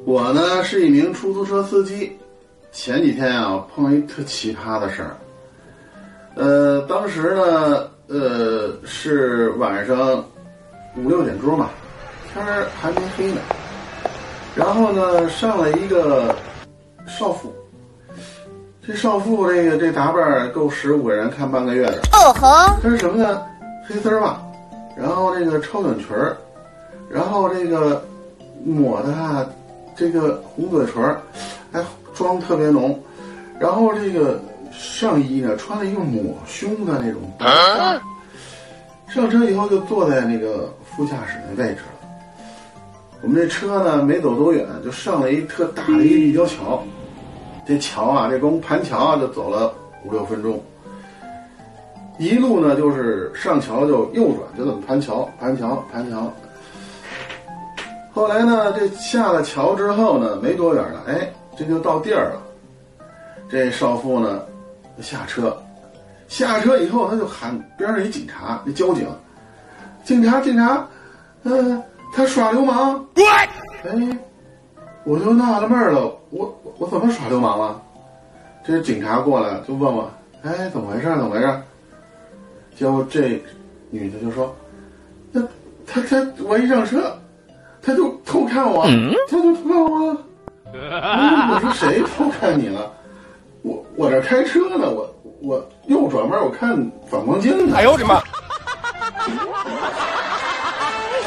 我呢是一名出租车司机，前几天啊碰到一特奇葩的事儿。当时呢是晚上5、6点钟吧，天儿还没黑呢。然后呢上了一个少妇，这少妇这打扮够15个人看半个月的。 哦呵， 这是什么呢？黑丝袜，然后这个超短裙儿，然后这个抹的这个红嘴唇儿，哎，妆特别浓。然后这个上衣呢穿了一个抹胸的那种白纱。上车以后就坐在那个副驾驶那位置了。我们这车呢没走多远就上了一特大的一立交桥，这桥啊，这光盘桥啊就走了5、6分钟。一路呢就是上桥就右转，就这么盘桥。后来呢这下了桥之后呢没多远了，哎，这就到地儿了。这少妇呢下车以后他就喊边上一警察，那交警，警察，他耍流氓。哎，我就纳了闷了，我怎么耍流氓了？这警察过来就问我，哎，怎么回事？结果这女的就说，他我一上车，他就偷看我，我说谁偷看你了？我这开车呢，我右转弯我看反光镜呢。 哎呦我的妈！